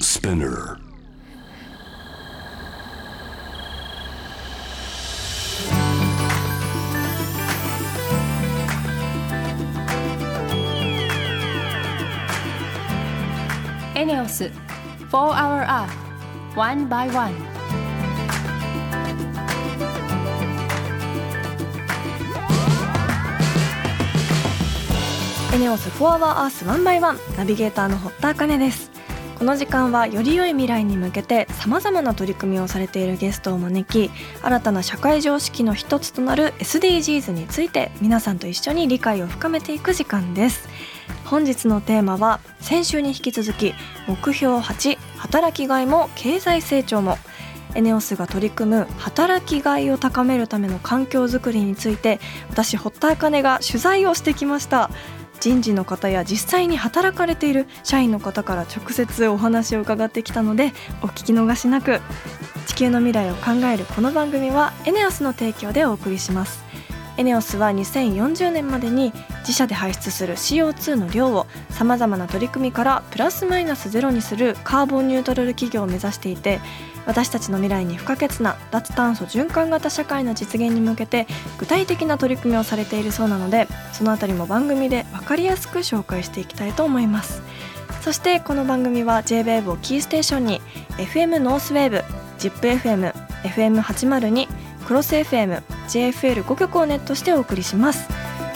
Spinner. ENEOS 4-Hour Earth One by One。 ENEOS 4-Hour Earth One by One、ナビゲーターの堀田茜です。この時間はより良い未来に向けてさまざまな取り組みをされているゲストを招き、新たな社会常識の一つとなる SDGs について皆さんと一緒に理解を深めていく時間です。本日のテーマは先週に引き続き目標8、働きがいも経済成長も。ENEOS が取り組む働きがいを高めるための環境づくりについて、私堀田茜が取材をしてきました。人事の方や実際に働かれている社員の方から直接お話を伺ってきたので、お聞き逃しなく。地球の未来を考えるこの番組は ENEOS の提供でお送りします。ENEOS は2040年までに自社で排出する CO2 の量をさまざまな取り組みからプラスマイナスゼロにするカーボンニュートラル企業を目指していて、私たちの未来に不可欠な脱炭素循環型社会の実現に向けて具体的な取り組みをされているそうなので、そのあたりも番組で分かりやすく紹介していきたいと思います。そしてこの番組は JWAVE をキーステーションに FM ノースウェーブ、ZIPFM、FM802、クロス FM、JFL5 曲をネットしてお送りします。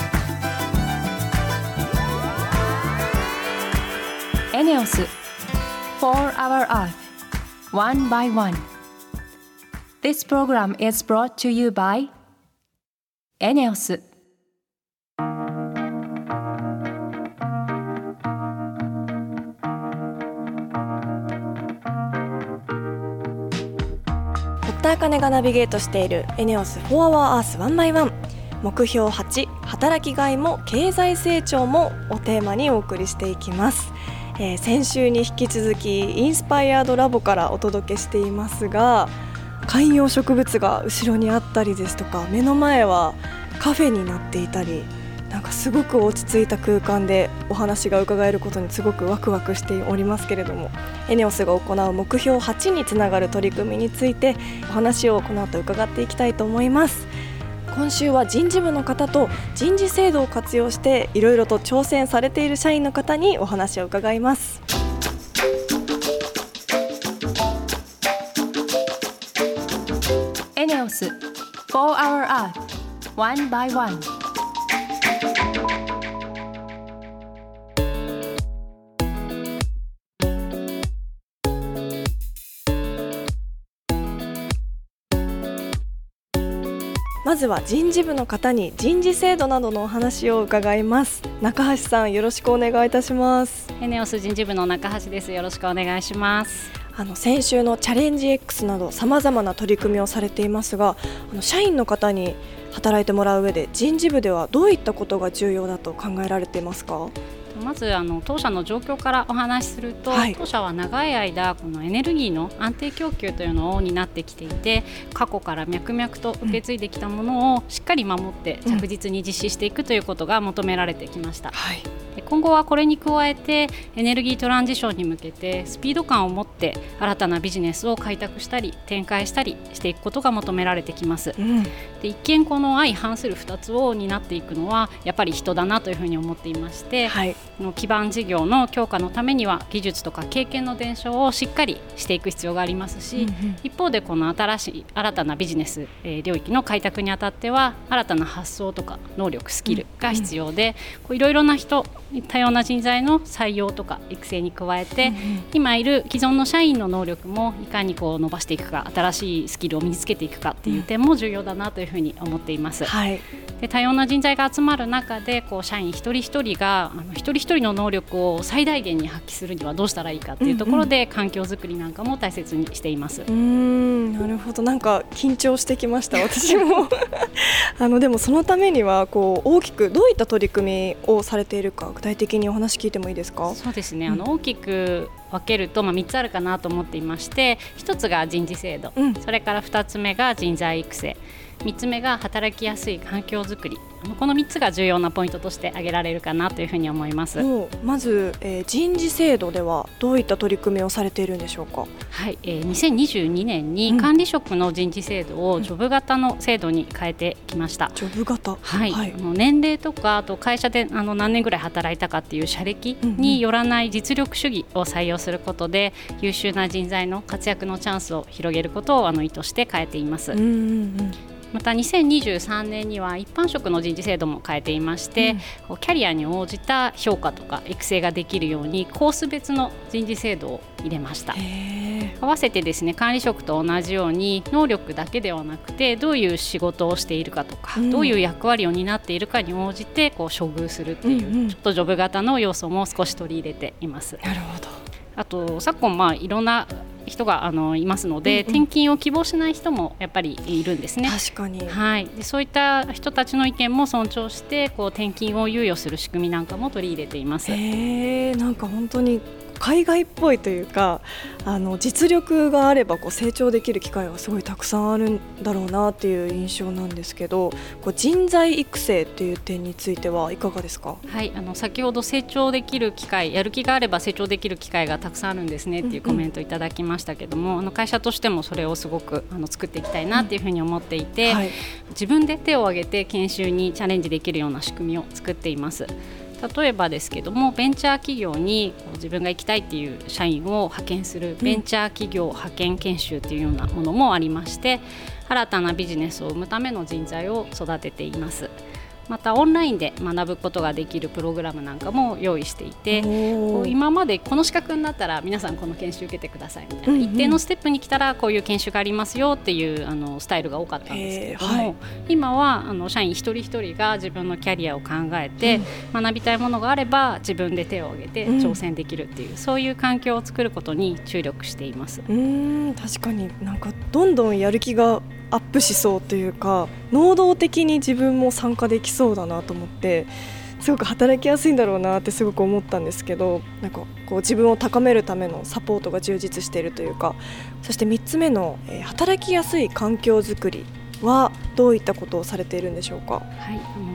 ENEOS 4-Hour Earth One by One. This program is brought to you by ENEOS。 堀田茜がナビゲートしている ENEOS 4-Hour Earth One by One、目標8、働きがいも経済成長もをテーマにお送りしていきます。先週に引き続きインスパイアードラボからお届けしていますが、観葉植物が後ろにあったりですとか、目の前はカフェになっていたり、なんかすごく落ち着いた空間でお話が伺えることにすごくワクワクしておりますけれども、ENEOS が行う目標8につながる取り組みについてお話をこの後伺っていきたいと思います。今週は人事部の方と人事制度を活用していろいろと挑戦されている社員の方にお話を伺います。 ENEOS 4-Hour Earth One by One。 まずは人事部の方に人事制度などのお話を伺います。中橋さん、よろしくお願いいたします。 ENEOS 人事部の中橋です。よろしくお願いします。 先週のチャレンジ X などさまざまな取り組みをされていますが、社員の方に働いてもらう上で人事部ではどういったことが重要だと考えられていますか？ まず当社の状況からお話しすると、当社は長い間このエネルギーの安定供給というのを担ってきていて、過去から脈々と受け継いできたものをしっかり守って着実に実施していくということが求められてきました。今後はこれに加えてエネルギートランジションに向けてスピード感を持って新たなビジネスを開拓したり展開したりしていくことが求められてきます。で、一見この相反する2つを担っていくのはやっぱり人だなというふうに思っていまして、基盤事業の強化のためには技術とか経験の伝承をしっかりしていく必要がありますし、一方でこの新たなビジネス、領域の開拓にあたっては新たな発想とか能力スキルが必要で、いろいろな人、多様な人材の採用とか育成に加えて、今いる既存の社員の能力もいかに伸ばしていくか、新しいスキルを身につけていくかっていう点も重要だなというふうに思っています。で、多様な人材が集まる中で社員一人一人が一人一人の能力を最大限に発揮するにはどうしたらいいかっていうところで、環境づくりなんかも大切にしています。 なるほど。なんか緊張してきました、私もでもそのためには大きくどういった取り組みをされているか具体的にお話聞いてもいいですか？ そうですね、大きく分けると、3つあるかなと思っていまして、1つが人事制度、それから2つ目が人材育成、3つ目が働きやすい環境づくり、 この3つが重要なポイントとして挙げられるかなというふうに思います。 まず、人事制度ではどういった取り組みをされているんでしょうか。 はい、2022年に管理職の人事制度をジョブ型の制度に変えてきました。 ジョブ型、 はいはい、年齢とかあと会社で何年ぐらい働いたかっていう社歴によらない実力主義を採用することで、優秀な人材の活躍のチャンスを広げることを意図して変えています。また2023年には一般職の人事制度も変えていまして、キャリアに応じた評価とか育成ができるようにコース別の人事制度を入れました。合わせてですね、管理職と同じように能力だけではなくてどういう仕事をしているかとか、どういう役割を担っているかに応じて処遇するっていう、ちょっとジョブ型の要素も少し取り入れています。 なるほど。 あと昨今いろんな人がいますので、転勤を希望しない人もやっぱりいるんですね。 確かに、 はい、でそういった人たちの意見も尊重して転勤を猶予する仕組みなんかも取り入れています。 なんか本当に海外っぽいというか、実力があれば成長できる機会がすごいたくさんあるんだろうなっていう印象なんですけど、人材育成っていう点についてはいかがですか。 はい、先ほど成長できる機会、やる気があれば成長できる機会がたくさんあるんですねっていうコメントいただきましたけども、会社としてもそれをすごく作っていきたいなっていうふうに思っていて、自分で手を挙げて研修にチャレンジできるような仕組みを作っています。例えばですけども、ベンチャー企業に自分が行きたいっていう社員を派遣するベンチャー企業派遣研修というようなものもありまして、新たなビジネスを生むための人材を育てています。またオンラインで学ぶことができるプログラムなんかも用意していて、今までこの資格になったら皆さんこの研修受けてくださいみたいな、一定のステップに来たらこういう研修がありますよっていうスタイルが多かったんですけれども、今は社員一人一人が自分のキャリアを考えて、学びたいものがあれば自分で手を挙げて挑戦できるっていう、そういう環境を作ることに注力しています。 確かになんかどんどんやる気がアップしそうというか、能動的に自分も参加できそうだなと思って、すごく働きやすいんだろうなってすごく思ったんですけど、なんか自分を高めるためのサポートが充実しているというか、そして3つ目の、働きやすい環境づくりはどういったことをされているんでしょうか。 はい、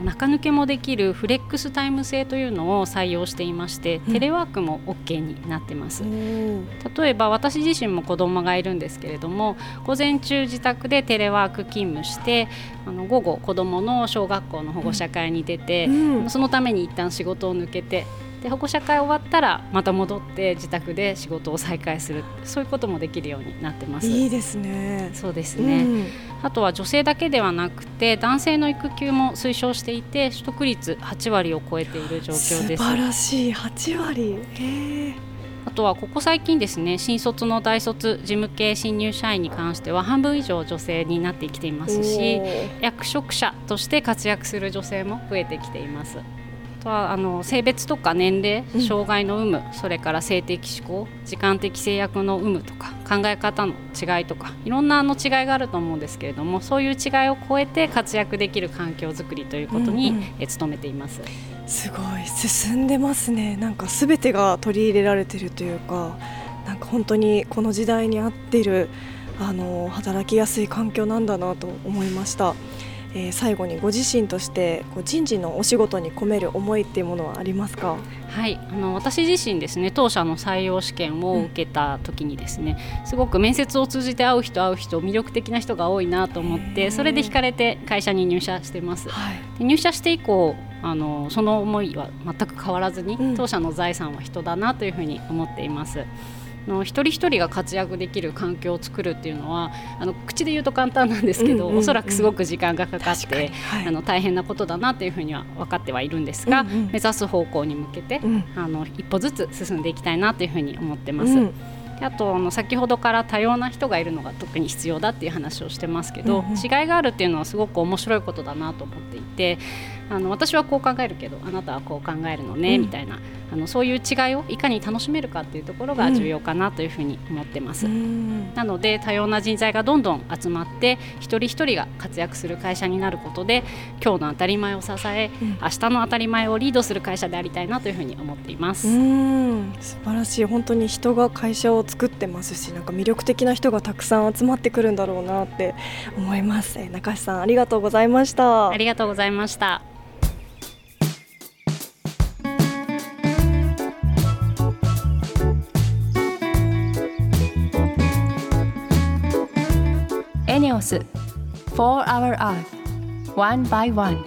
中抜けもできるフレックスタイム制というのを採用していまして、テレワークも OK になってます。例えば私自身も子供がいるんですけれども、午前中自宅でテレワーク勤務して、午後子供の小学校の保護者会に出て、そのために一旦仕事を抜けて、で保護者会終わったらまた戻って自宅で仕事を再開する、そういうこともできるようになってます。 いいですね。 そうですね、あとは女性だけではなくて男性の育休も推奨していて、取得率8割を超えている状況です。 素晴らしい。8割。 あとはここ最近ですね、新卒の大卒事務系新入社員に関しては半分以上女性になってきていますし、役職者として活躍する女性も増えてきています。あとは性別とか年齢、障害の有無、それから性的指向、時間的制約の有無とか考え方の違いとか、いろんな違いがあると思うんですけれども、そういう違いを超えて活躍できる環境づくりということに、努めています。 すごい進んでますね。なんか全てが取り入れられているというか、なんか本当にこの時代に合っている働きやすい環境なんだなと思いました。最後にご自身として人事のお仕事に込める思いっていうものはありますか。 はい、私自身ですね、当社の採用試験を受けた時にですね、すごく面接を通じて会う人魅力的な人が多いなと思って、それで惹かれて会社に入社してます。で入社して以降その思いは全く変わらずに、当社の財産は人だなというふうに思っています。一人一人が活躍できる環境を作るっていうのは口で言うと簡単なんですけど、おそらくすごく時間がかかって、大変なことだなというふうには分かってはいるんですが、目指す方向に向けて、一歩ずつ進んでいきたいなというふうに思ってます。あと先ほどから多様な人がいるのが特に必要だっていう話をしてますけど、違いがあるっていうのはすごく面白いことだなと思っていて、私はこう考えるけどあなたはこう考えるのね、みたいなそういう違いをいかに楽しめるかっていうところが重要かなというふうに思ってます。なので多様な人材がどんどん集まって一人一人が活躍する会社になることで、今日の当たり前を支え、明日の当たり前をリードする会社でありたいなというふうに思っています。 素晴らしい。本当に人が会社を作ってますし、なんか魅力的な人がたくさん集まってくるんだろうなって思います。中橋さん、ありがとうございました。 ありがとうございました。 ENEOS For Our Earth One by One。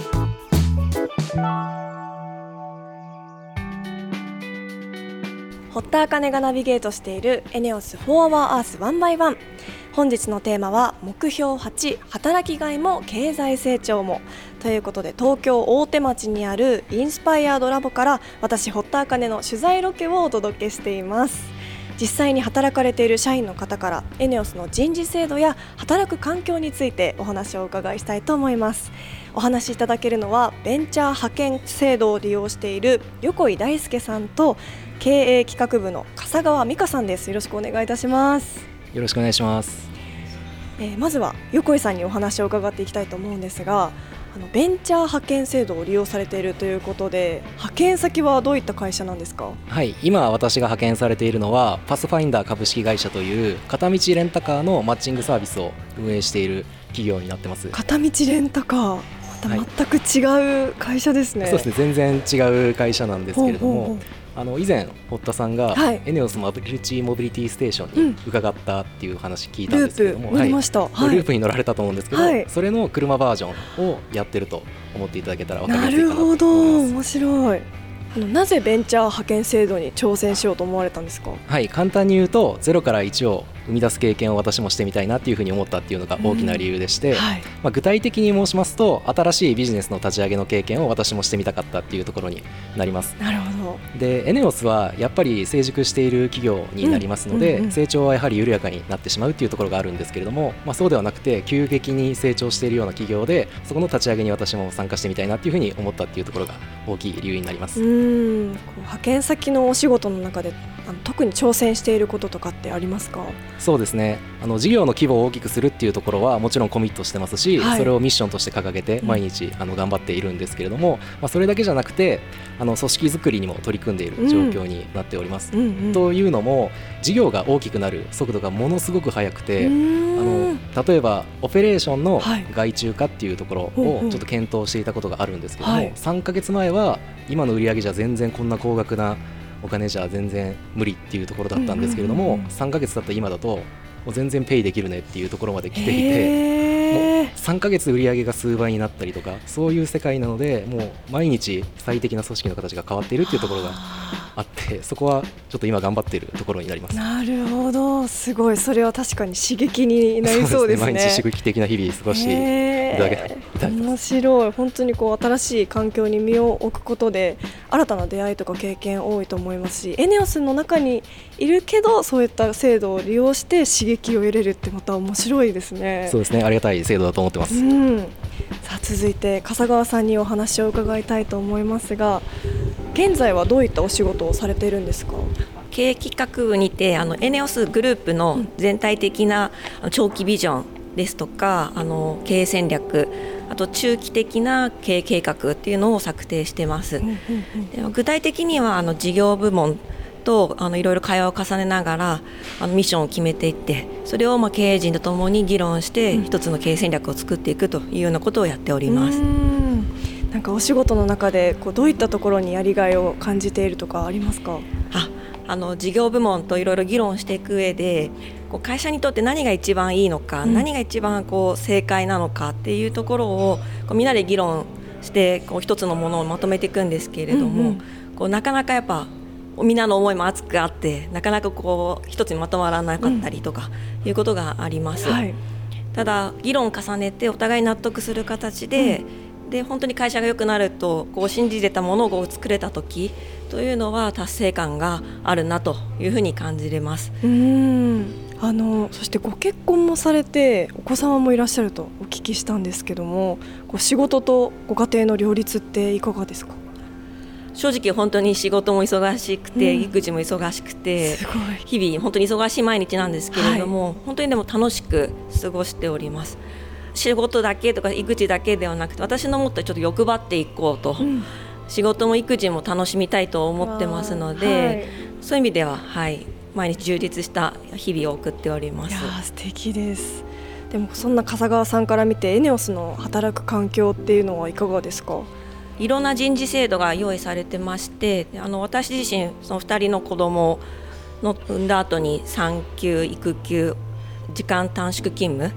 堀田茜がナビゲートしているENEOS For Our Earth One by One。本日のテーマは目標8、働きがいも経済成長もということで、東京大手町にあるインスパイアードラボから私堀田茜の取材ロケをお届けしています。実際に働かれている社員の方からENEOSの人事制度や働く環境についてお話をお伺いしたいと思います。お話しいただけるのはベンチャー派遣制度を利用している横井大輔さんと経営企画部の笠川美香さんです。よろしくお願いいたします。 よろしくお願いします。 まずは横井さんにお話を伺っていきたいと思うんですが、ベンチャー派遣制度を利用されているということで、派遣先はどういった会社なんですか？ はい、今私が派遣されているのはパスファインダー株式会社という片道レンタカーのマッチングサービスを運営している企業になってます。 片道レンタカー、また全く違う会社ですね。 そうですね、全然違う会社なんですけれども、以前堀田さんがENEOSマルチモビリティステーションに伺ったっていう話聞いたんですけれども、 ループ乗りました、 ループに乗られたと思うんですけど、それの車バージョンをやってると思っていただけたら分かりやすいかなと思います。 なるほど、面白い。なぜベンチャー派遣制度に挑戦しようと思われたんですか？ はい、簡単に言うと0から1を生み出す経験を私もしてみたいなっていうふうに思ったっていうのが大きな理由でして、具体的に申しますと新しいビジネスの立ち上げの経験を私もしてみたかったっていうところになります。 なるほど。 でENEOSはやっぱり成熟している企業になりますので、成長はやはり緩やかになってしまうっていうところがあるんですけれども、そうではなくて急激に成長しているような企業で、そこの立ち上げに私も参加してみたいなっていうふうに思ったっていうところが大きい理由になります。 派遣先のお仕事の中で特に挑戦していることとかってありますか？ そうですね、事業の規模を大きくするっていうところはもちろんコミットしてますし、それをミッションとして掲げて毎日頑張っているんですけれども、それだけじゃなくて組織作りにも取り組んでいる状況になっております。というのも事業が大きくなる速度がものすごく速くて、例えばオペレーションの外注化っていうところをちょっと検討していたことがあるんですけども、3ヶ月前は今の売り上げじゃ全然こんな高額なお金じゃ全然無理っていうところだったんですけれども、3ヶ月経った今だともう全然ペイできるねっていうところまで来ていて、もう3ヶ月で売り上げが数倍になったりとか、そういう世界なので、もう毎日最適な組織の形が変わっているっていうところがあって、そこはちょっと今頑張っているところになります。 なるほど、すごい。それは確かに刺激になりそうですね。 毎日刺激的な日々過ごしていただけたらみたいです。 面白い。本当に新しい環境に身を置くことで新たな出会いとか経験多いと思いますし、ENEOSの中にいるけどそういった制度を利用して刺激を得れるってまた面白いですね。 そうですね、ありがたい制度だと思ってます。 さあ続いて笠川さんにお話を伺いたいと思いますが、現在はどういったお仕事をされているんですか？ 経営企画部にてENEOSグループの全体的な長期ビジョンですとか経営戦略、あと中期的な経営計画っていうのを策定しています。で具体的には事業部門といろいろ会話を重ねながらミッションを決めていって、それを経営陣とともに議論して一つの経営戦略を作っていくというようなことをやっております。 なんかお仕事の中でどういったところにやりがいを感じているとかありますか？ 事業部門といろいろ議論していく上で、会社にとって何が一番いいのか、何が一番正解なのかっていうところをみんなで議論して一つのものをまとめていくんですけれども、なかなかやっぱみんなの思いも熱くあって、なかなか一つにまとまらなかったりとかいうことがあります。ただ議論を重ねてお互い納得する形で、本当に会社が良くなると信じてたものを作れた時というのは達成感があるなというふうに感じれます。 そしてご結婚もされてお子様もいらっしゃるとお聞きしたんですけども、仕事とご家庭の両立っていかがですか？ 正直本当に仕事も忙しくて、育児も忙しくて、日々本当に忙しい毎日なんですけれども、本当にでも楽しく過ごしております。仕事だけとか育児だけではなくて、私のもっとちょっと欲張っていこうと、仕事も育児も楽しみたいと思ってますので、そういう意味では、毎日充実した日々を送っております。 いや素敵です。でもそんな笠川さんから見てENEOSの働く環境っていうのはいかがですか？ いろんな人事制度が用意されてまして、私自身その2人の子供の産んだ後に産休育休時間短縮勤務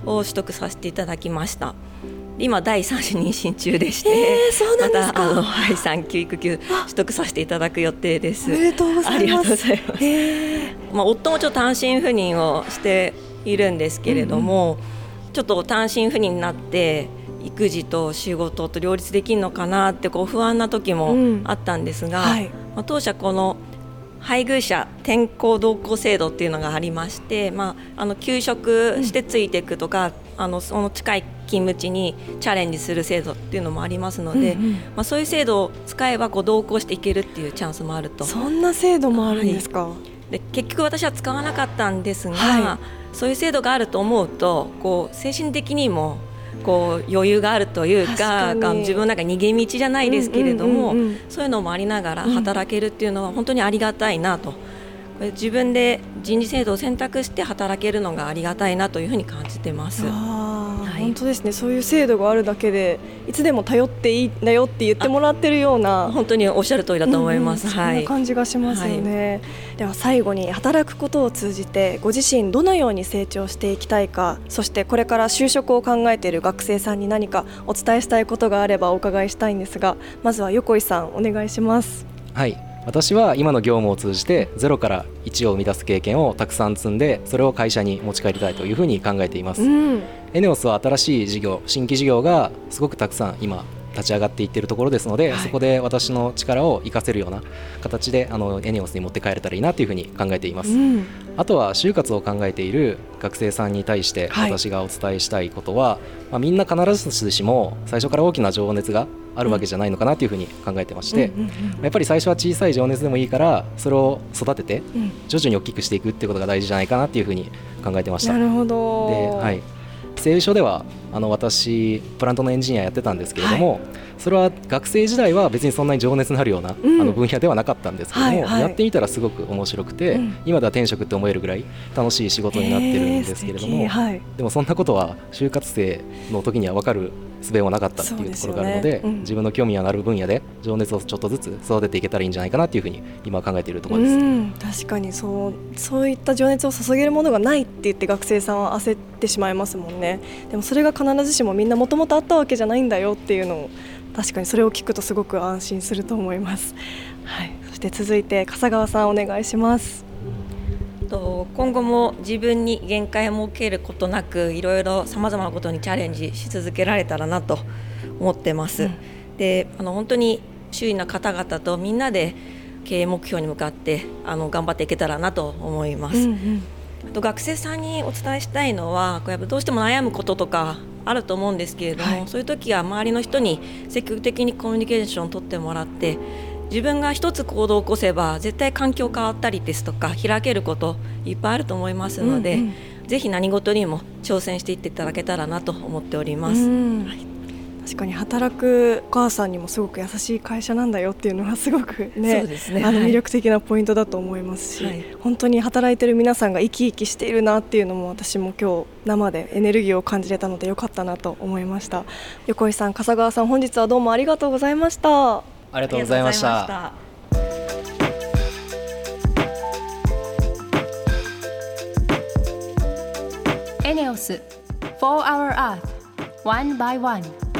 を取得させていただきました。今第3子妊娠中でして、 そうなんですか。 また産休育休取得させていただく予定です。 おめでとうございます。 ありがとうございます。夫もちょっと単身赴任をしているんですけれども、ちょっと単身赴任になって育児と仕事と両立できるのかなって不安な時もあったんですが、当社この配偶者転校同行制度っていうのがありまして、休職してついていくとか、その近い勤務地にチャレンジする制度っていうのもありますので、そういう制度を使えば同行していけるっていうチャンスもあると。 そんな制度もあるんですか。 で結局私は使わなかったんですが、そういう制度があると思うと精神的にも余裕があるというか、自分の中逃げ道じゃないですけれども、そういうのもありながら働けるっていうのは本当にありがたいなと、これ自分で人事制度を選択して働けるのがありがたいなというふうに感じてます。 本当ですね。そういう制度があるだけでいつでも頼っていいんだよって言ってもらってるような、 本当におっしゃる通りだと思います。 そんな感じがしますよね。では最後に、働くことを通じてご自身どのように成長していきたいか、そしてこれから就職を考えている学生さんに何かお伝えしたいことがあればお伺いしたいんですが、まずは横井さんお願いします。 はい、私は今の業務を通じて0から1を生み出す経験をたくさん積んで、それを会社に持ち帰りたいというふうに考えています。エネオスは新しい事業、新規事業がすごくたくさん今立ち上がっていっているところですので、そこで私の力を生かせるような形でエネオスに持って帰れたらいいなというふうに考えています。あとは就活を考えている学生さんに対して私がお伝えしたいことは、みんな必ずしも最初から大きな情熱があるわけじゃないのかなというふうに考えてまして、やっぱり最初は小さい情熱でもいいからそれを育てて徐々に大きくしていくっていうことが大事じゃないかなというふうに考えてました。 なるほど。 で、製油所では私プラントのエンジニアやってたんですけれども、それは学生時代は別にそんなに情熱のあるような、分野ではなかったんですけども、やってみたらすごく面白くて、今では転職って思えるぐらい楽しい仕事になってるんですけれども、でもそんなことは就活生の時には分かる術もなかったっていうところがあるので、自分の興味のある分野で情熱をちょっとずつ育てていけたらいいんじゃないかなっていうふうに今考えているところです。 確かにそういった情熱を注げるものがないって言って学生さんは焦ってしまいますもんね。でもそれが必ずしもみんなもともとあったわけじゃないんだよっていうのを、確かにそれを聞くとすごく安心すると思います。そして続いて笠川さんお願いします。 今後も自分に限界を設けることなく、いろいろさまざまなことにチャレンジし続けられたらなと思ってます。で、本当に周囲の方々とみんなで経営目標に向かって頑張っていけたらなと思います。あと学生さんにお伝えしたいのは、やっぱどうしても悩むこととかあると思うんですけれども、そういう時は周りの人に積極的にコミュニケーションを取ってもらって、自分が一つ行動を起こせば絶対環境変わったりですとか開けることいっぱいあると思いますので、ぜひ何事にも挑戦していっていただけたらなと思っております。 確かに働くお母さんにもすごく優しい会社なんだよっていうのはすごくそうですね、 魅力的なポイントだと思いますし、本当に働いてる皆さんが生き生きしているなっていうのも私も今日生でエネルギーを感じれたのでよかったなと思いました。横井さん、笠川さん、本日はどうもありがとうございました。 ありがとうございました。 エネオス For Our Earth One by One。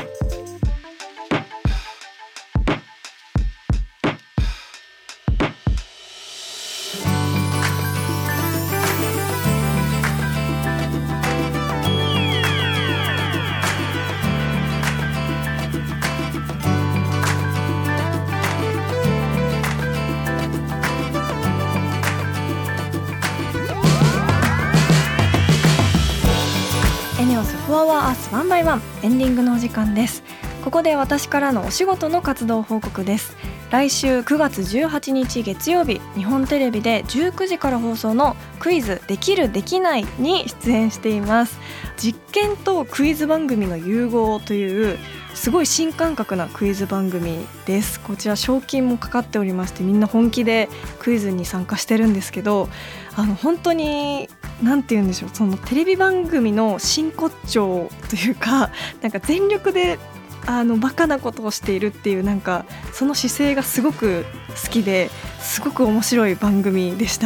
フォアワーアースワンバイワン、エンディングのお時間です。ここで私からのお仕事の活動報告です。来週9月18日月曜日、日本テレビで19時から放送のクイズできるできないに出演しています。実験とクイズ番組の融合というすごい新感覚なクイズ番組です。こちら賞金もかかっておりまして、みんな本気でクイズに参加してるんですけど、本当になんて言うんでしょう、そのテレビ番組の真骨頂というか、なんか全力でバカなことをしているっていう、なんかその姿勢がすごく好きで、すごく面白い番組でした。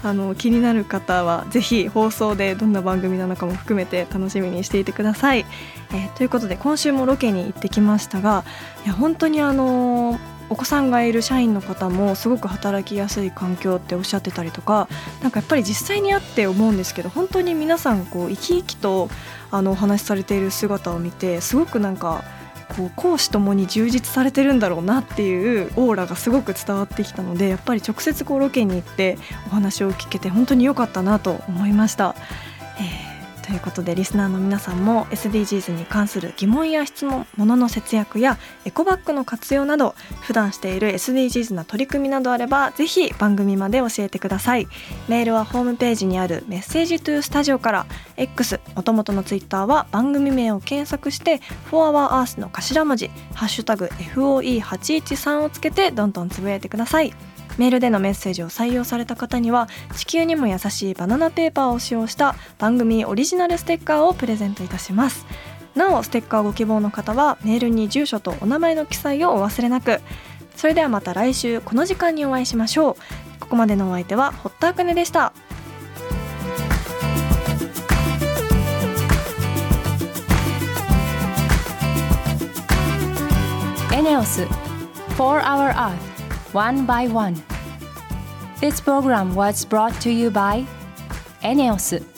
気になる方はぜひ放送でどんな番組なのかも含めて楽しみにしていてください。ということで今週もロケに行ってきましたが、いや本当にお子さんがいる社員の方もすごく働きやすい環境っておっしゃってたりとか、なんかやっぱり実際に会って思うんですけど、本当に皆さんこう生き生きとお話しされている姿を見て、すごくなんかこう公私ともに充実されてるんだろうなっていうオーラがすごく伝わってきたので、やっぱり直接こうロケに行ってお話を聞けて本当に良かったなと思いました。ということでリスナーの皆さんも SDGs に関する疑問や質問、物の節約やエコバッグの活用など普段している SDGs な取り組みなどあればぜひ番組まで教えてください。メールはホームページにあるメッセージトゥースタジオから、 X 元々のツイッターは番組名を検索して4 Hour Earth の頭文字ハッシュタグ FOE813 をつけてどんどんつぶやいてください。メールでのメッセージを採用された方には地球にも優しいバナナペーパーを使用した番組オリジナルステッカーをプレゼントいたします。なおステッカーご希望の方はメールに住所とお名前の記載をお忘れなく。それではまた来週この時間にお会いしましょう。ここまでのお相手は堀田茜でした。 エネオス For Our Earth One by One. This program was brought to you by ENEOS